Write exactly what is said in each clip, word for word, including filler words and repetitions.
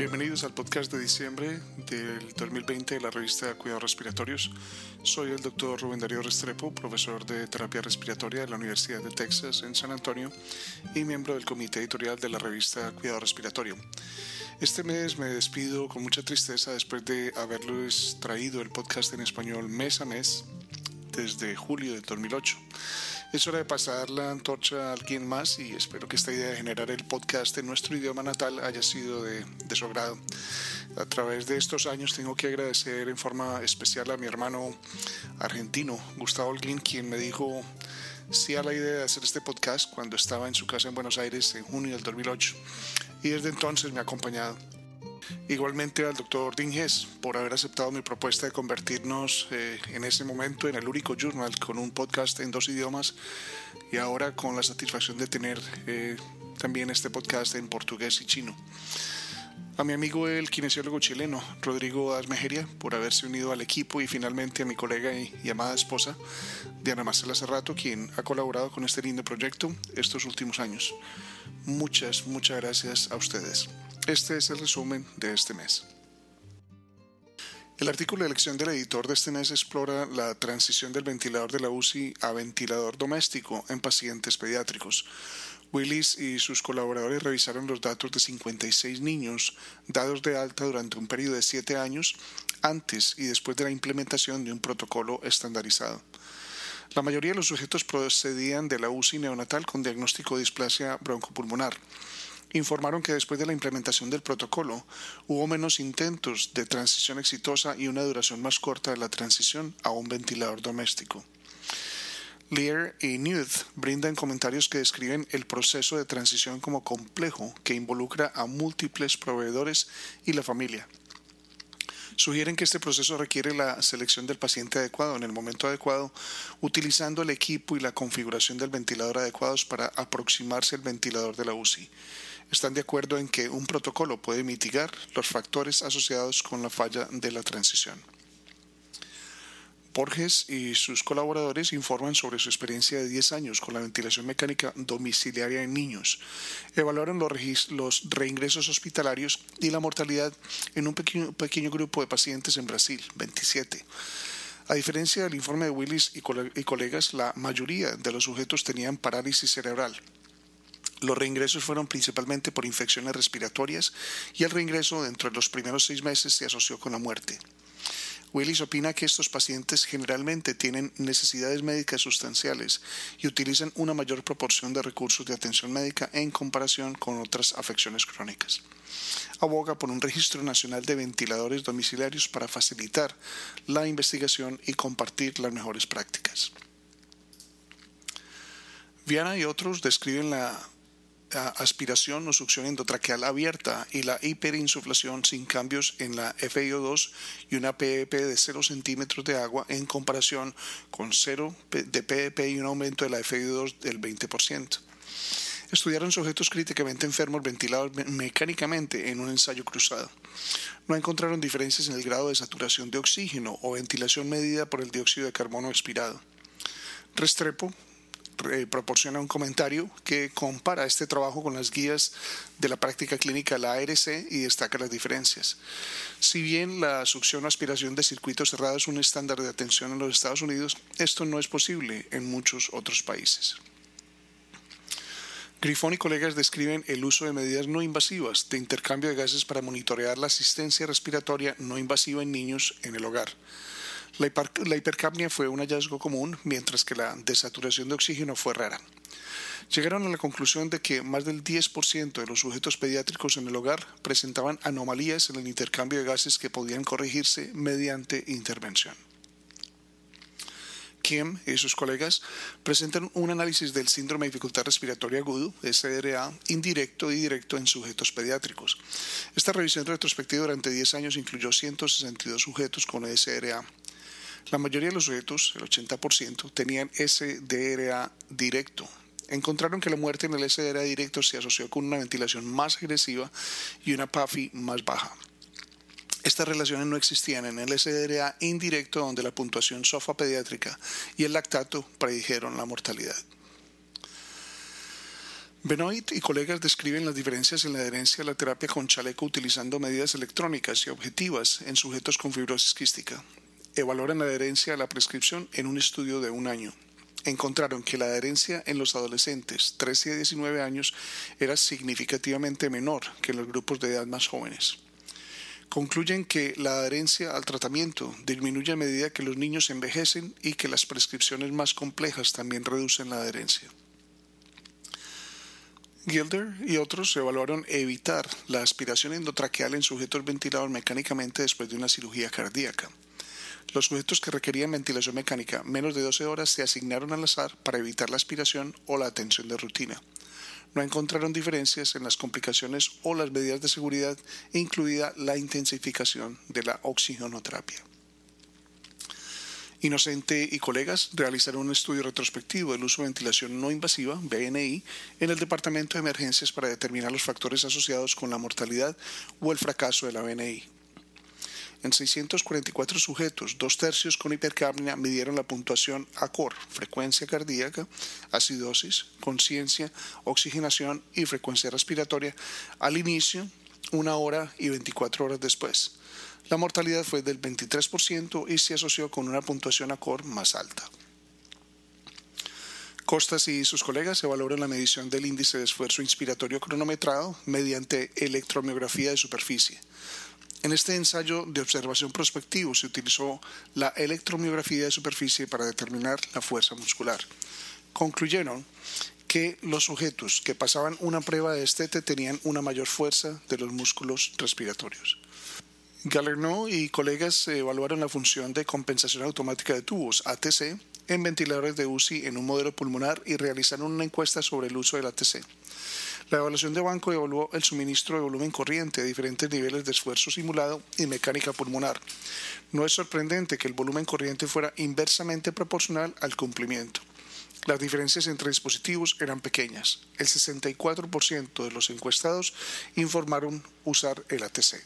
Bienvenidos al podcast de diciembre del dos mil veinte de la revista Cuidados Respiratorios. Soy el doctor Rubén Darío Restrepo, profesor de terapia respiratoria de la Universidad de Texas en San Antonio y miembro del comité editorial de la revista Cuidado Respiratorio. Este mes me despido con mucha tristeza después de haberles traído el podcast en español mes a mes desde julio del dos mil ocho. Es hora de pasar la antorcha a alguien más y espero que esta idea de generar el podcast en nuestro idioma natal haya sido de, de su agrado. A través de estos años tengo que agradecer en forma especial a mi hermano argentino, Gustavo Holguín, quien me dijo sí a la idea de hacer este podcast cuando estaba en su casa en Buenos Aires en junio del dos mil ocho y desde entonces me ha acompañado. Igualmente al doctor Dean Hess por haber aceptado mi propuesta de convertirnos eh, en ese momento en el único journal con un podcast en dos idiomas y ahora con la satisfacción de tener eh, también este podcast en portugués y chino. A mi amigo el kinesiólogo chileno Rodrigo Asmejeria por haberse unido al equipo y finalmente a mi colega y, y amada esposa Diana Marcela Cerrato, quien ha colaborado con este lindo proyecto estos últimos años. Muchas, muchas gracias a ustedes. Este es el resumen de este mes. El artículo de elección del editor de este mes explora la transición del ventilador de la U C I a ventilador doméstico en pacientes pediátricos. Willis y sus colaboradores revisaron los datos de cincuenta y seis niños dados de alta durante un periodo de siete años antes y después de la implementación de un protocolo estandarizado. La mayoría de los sujetos procedían de la U C I neonatal con diagnóstico de displasia broncopulmonar. Informaron que después de la implementación del protocolo hubo menos intentos de transición exitosa y una duración más corta de la transición a un ventilador doméstico. Lear y Newth brindan comentarios que describen el proceso de transición como complejo que involucra a múltiples proveedores y la familia. Sugieren que este proceso requiere la selección del paciente adecuado en el momento adecuado, utilizando el equipo y la configuración del ventilador adecuados para aproximarse al ventilador de la U C I. Están de acuerdo en que un protocolo puede mitigar los factores asociados con la falla de la transición. Borges y sus colaboradores informan sobre su experiencia de diez años con la ventilación mecánica domiciliaria en niños. Evaluaron los, regis- los reingresos hospitalarios y la mortalidad en un pequeño, pequeño grupo de pacientes en Brasil, veintisiete. A diferencia del informe de Willis y, cole- y colegas, la mayoría de los sujetos tenían parálisis cerebral. Los reingresos fueron principalmente por infecciones respiratorias y el reingreso dentro de los primeros seis meses se asoció con la muerte. Willis opina que estos pacientes generalmente tienen necesidades médicas sustanciales y utilizan una mayor proporción de recursos de atención médica en comparación con otras afecciones crónicas. Aboga por un registro nacional de ventiladores domiciliarios para facilitar la investigación y compartir las mejores prácticas. Viana y otros describen la aspiración o succión endotraqueal abierta y la hiperinsuflación sin cambios en la F I O dos y una P E P de cero centímetros de agua en comparación con cero de P E P y un aumento de la F I O dos del veinte por ciento. Estudiaron sujetos críticamente enfermos ventilados mecánicamente en un ensayo cruzado. No encontraron diferencias en el grado de saturación de oxígeno o ventilación medida por el dióxido de carbono expirado. Restrepo Eh, proporciona un comentario que compara este trabajo con las guías de la práctica clínica de la A R C y destaca las diferencias. Si bien la succión o aspiración de circuitos cerrados es un estándar de atención en los Estados Unidos, esto no es posible en muchos otros países. Grifón y colegas describen el uso de medidas no invasivas de intercambio de gases para monitorear la asistencia respiratoria no invasiva en niños en el hogar. La, hiper, la hipercapnia fue un hallazgo común, mientras que la desaturación de oxígeno fue rara. Llegaron a la conclusión de que más del diez por ciento de los sujetos pediátricos en el hogar presentaban anomalías en el intercambio de gases que podían corregirse mediante intervención. Kim y sus colegas presentan un análisis del síndrome de dificultad respiratoria agudo, S R A, indirecto y directo en sujetos pediátricos. Esta revisión retrospectiva durante diez años incluyó ciento sesenta y dos sujetos con S R A. La mayoría de los sujetos, el ochenta por ciento, tenían S D R A directo. Encontraron que la muerte en el S D R A directo se asoció con una ventilación más agresiva y una P A F I más baja. Estas relaciones no existían en el S D R A indirecto, donde la puntuación SOFA pediátrica y el lactato predijeron la mortalidad. Benoit y colegas describen las diferencias en la adherencia a la terapia con chaleco utilizando medidas electrónicas y objetivas en sujetos con fibrosis quística. Evaluaron la adherencia a la prescripción en un estudio de un año. Encontraron que la adherencia en los adolescentes trece a diecinueve años era significativamente menor que en los grupos de edad más jóvenes. Concluyen que la adherencia al tratamiento disminuye a medida que los niños envejecen y que las prescripciones más complejas también reducen la adherencia. Gilder y otros evaluaron evitar la aspiración endotraqueal en sujetos ventilados mecánicamente después de una cirugía cardíaca. Los sujetos que requerían ventilación mecánica menos de doce horas se asignaron al azar para evitar la aspiración o la atención de rutina. No encontraron diferencias en las complicaciones o las medidas de seguridad, incluida la intensificación de la oxigenoterapia. Inocente y colegas realizaron un estudio retrospectivo del uso de ventilación no invasiva, V N I, en el Departamento de Emergencias para determinar los factores asociados con la mortalidad o el fracaso de la V N I. En seiscientos cuarenta y cuatro sujetos, dos tercios con hipercapnia midieron la puntuación A C O R, frecuencia cardíaca, acidosis, conciencia, oxigenación y frecuencia respiratoria, al inicio, una hora y veinticuatro horas después. La mortalidad fue del veintitrés por ciento y se asoció con una puntuación A C O R más alta. Costas y sus colegas evaluaron la medición del índice de esfuerzo inspiratorio cronometrado mediante electromiografía de superficie. En este ensayo de observación prospectivo se utilizó la electromiografía de superficie para determinar la fuerza muscular. Concluyeron que los sujetos que pasaban una prueba de este tenían una mayor fuerza de los músculos respiratorios. Galerno y colegas evaluaron la función de compensación automática de tubos, A T C, en ventiladores de U C I en un modelo pulmonar y realizaron una encuesta sobre el uso del A T C. La evaluación de banco evaluó el suministro de volumen corriente a diferentes niveles de esfuerzo simulado y mecánica pulmonar. No es sorprendente que el volumen corriente fuera inversamente proporcional al cumplimiento. Las diferencias entre dispositivos eran pequeñas. El sesenta y cuatro por ciento de los encuestados informaron usar el A T C.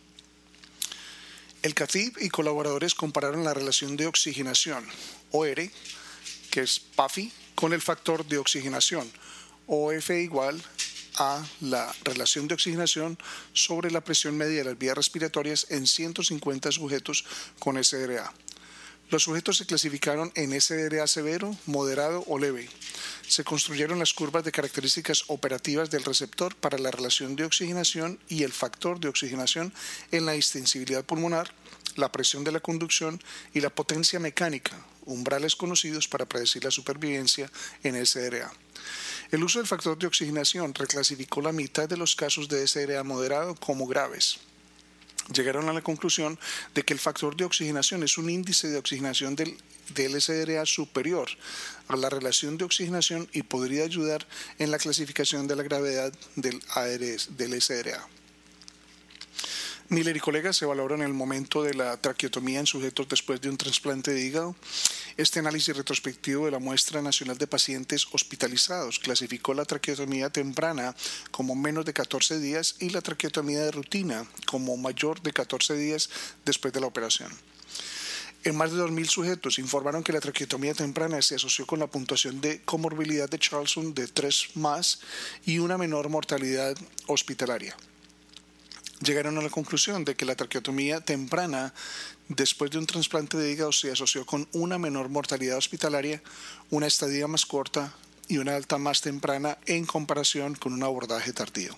El Khatib y colaboradores compararon la relación de oxigenación, O R, que es P A F I, con el factor de oxigenación, O F igual a la relación de oxigenación sobre la presión media de las vías respiratorias en ciento cincuenta sujetos con S D R A. Los sujetos se clasificaron en S D R A severo, moderado o leve. Se construyeron las curvas de características operativas del receptor para la relación de oxigenación y el factor de oxigenación en la distensibilidad pulmonar, la presión de la conducción y la potencia mecánica, umbrales conocidos para predecir la supervivencia en S D R A. El uso del factor de oxigenación reclasificó la mitad de los casos de S D R A moderado como graves. Llegaron a la conclusión de que el factor de oxigenación es un índice de oxigenación del, del S D R A superior a la relación de oxigenación y podría ayudar en la clasificación de la gravedad del, A R S, del S D R A. Miller y colegas evaluaron el momento de la traqueotomía en sujetos después de un trasplante de hígado. Este análisis retrospectivo de la muestra nacional de pacientes hospitalizados clasificó la traqueotomía temprana como menos de catorce días y la traqueotomía de rutina como mayor de catorce días después de la operación. En más de dos mil sujetos informaron que la traqueotomía temprana se asoció con la puntuación de comorbilidad de Charlson de tres más y una menor mortalidad hospitalaria. Llegaron a la conclusión de que la traqueotomía temprana después de un trasplante de hígado se asoció con una menor mortalidad hospitalaria, una estadía más corta y una alta más temprana en comparación con un abordaje tardío.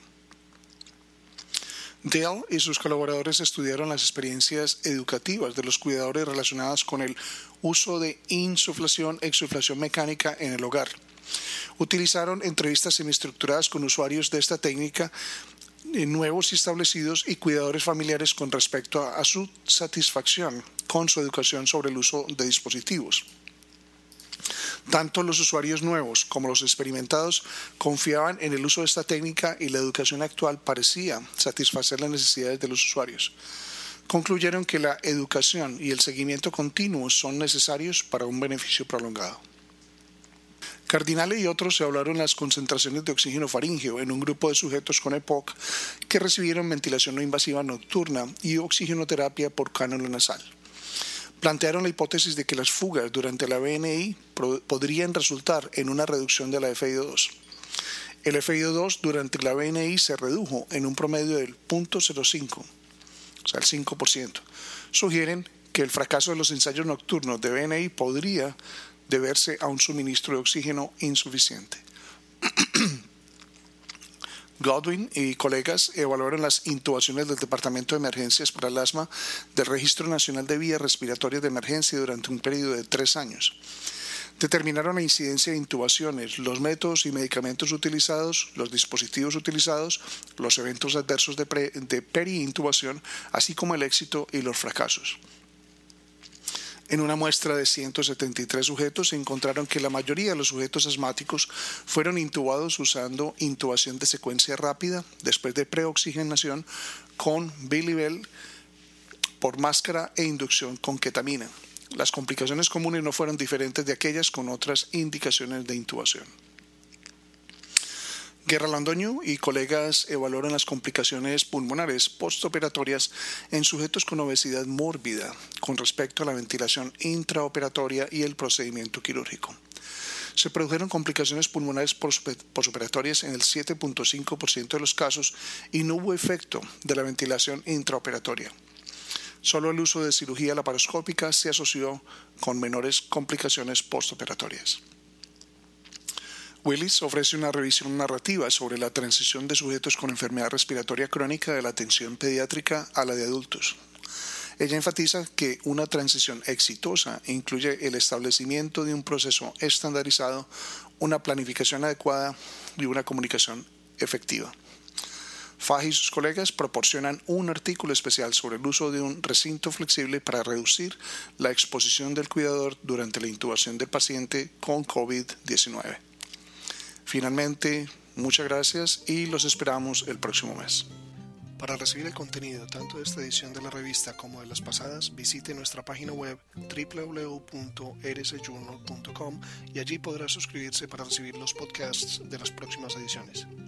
Dale y sus colaboradores estudiaron las experiencias educativas de los cuidadores relacionadas con el uso de insuflación-exsuflación mecánica en el hogar. Utilizaron entrevistas semiestructuradas con usuarios de esta técnica nuevos y establecidos y cuidadores familiares con respecto a, a su satisfacción con su educación sobre el uso de dispositivos. Tanto los usuarios nuevos como los experimentados confiaban en el uso de esta técnica y la educación actual parecía satisfacer las necesidades de los usuarios. Concluyeron que la educación y el seguimiento continuo son necesarios para un beneficio prolongado. Cardinale y otros se hablaron las concentraciones de oxígeno faríngeo en un grupo de sujetos con E P O C que recibieron ventilación no invasiva nocturna y oxigenoterapia por cánula nasal. Plantearon la hipótesis de que las fugas durante la V N I podrían resultar en una reducción de la F I O dos. El F I O dos durante la B N I se redujo en un promedio del cero punto cero cinco, o sea, el cinco por ciento. Sugieren que el fracaso de los ensayos nocturnos de B N I podría deberse a un suministro de oxígeno insuficiente. Godwin y colegas evaluaron las intubaciones del Departamento de Emergencias para el Asma del Registro Nacional de Vías Respiratorias de Emergencia durante un periodo de tres años. Determinaron la incidencia de intubaciones, los métodos y medicamentos utilizados, los dispositivos utilizados, los eventos adversos de, pre, de peri-intubación, así como el éxito y los fracasos. En una muestra de ciento setenta y tres sujetos se encontraron que la mayoría de los sujetos asmáticos fueron intubados usando intubación de secuencia rápida después de preoxigenación con Bilibel por máscara e inducción con ketamina. Las complicaciones comunes no fueron diferentes de aquellas con otras indicaciones de intubación. Guerra-Londoño y colegas evaluaron las complicaciones pulmonares postoperatorias en sujetos con obesidad mórbida con respecto a la ventilación intraoperatoria y el procedimiento quirúrgico. Se produjeron complicaciones pulmonares postoperatorias en el siete punto cinco por ciento de los casos y no hubo efecto de la ventilación intraoperatoria. Solo el uso de cirugía laparoscópica se asoció con menores complicaciones postoperatorias. Willis ofrece una revisión narrativa sobre la transición de sujetos con enfermedad respiratoria crónica de la atención pediátrica a la de adultos. Ella enfatiza que una transición exitosa incluye el establecimiento de un proceso estandarizado, una planificación adecuada y una comunicación efectiva. Fahey y sus colegas proporcionan un artículo especial sobre el uso de un recinto flexible para reducir la exposición del cuidador durante la intubación del paciente con COVID diecinueve. Finalmente, muchas gracias y los esperamos el próximo mes. Para recibir el contenido tanto de esta edición de la revista como de las pasadas, visite nuestra página web doble u doble u doble u punto r s journal punto com y allí podrá suscribirse para recibir los podcasts de las próximas ediciones.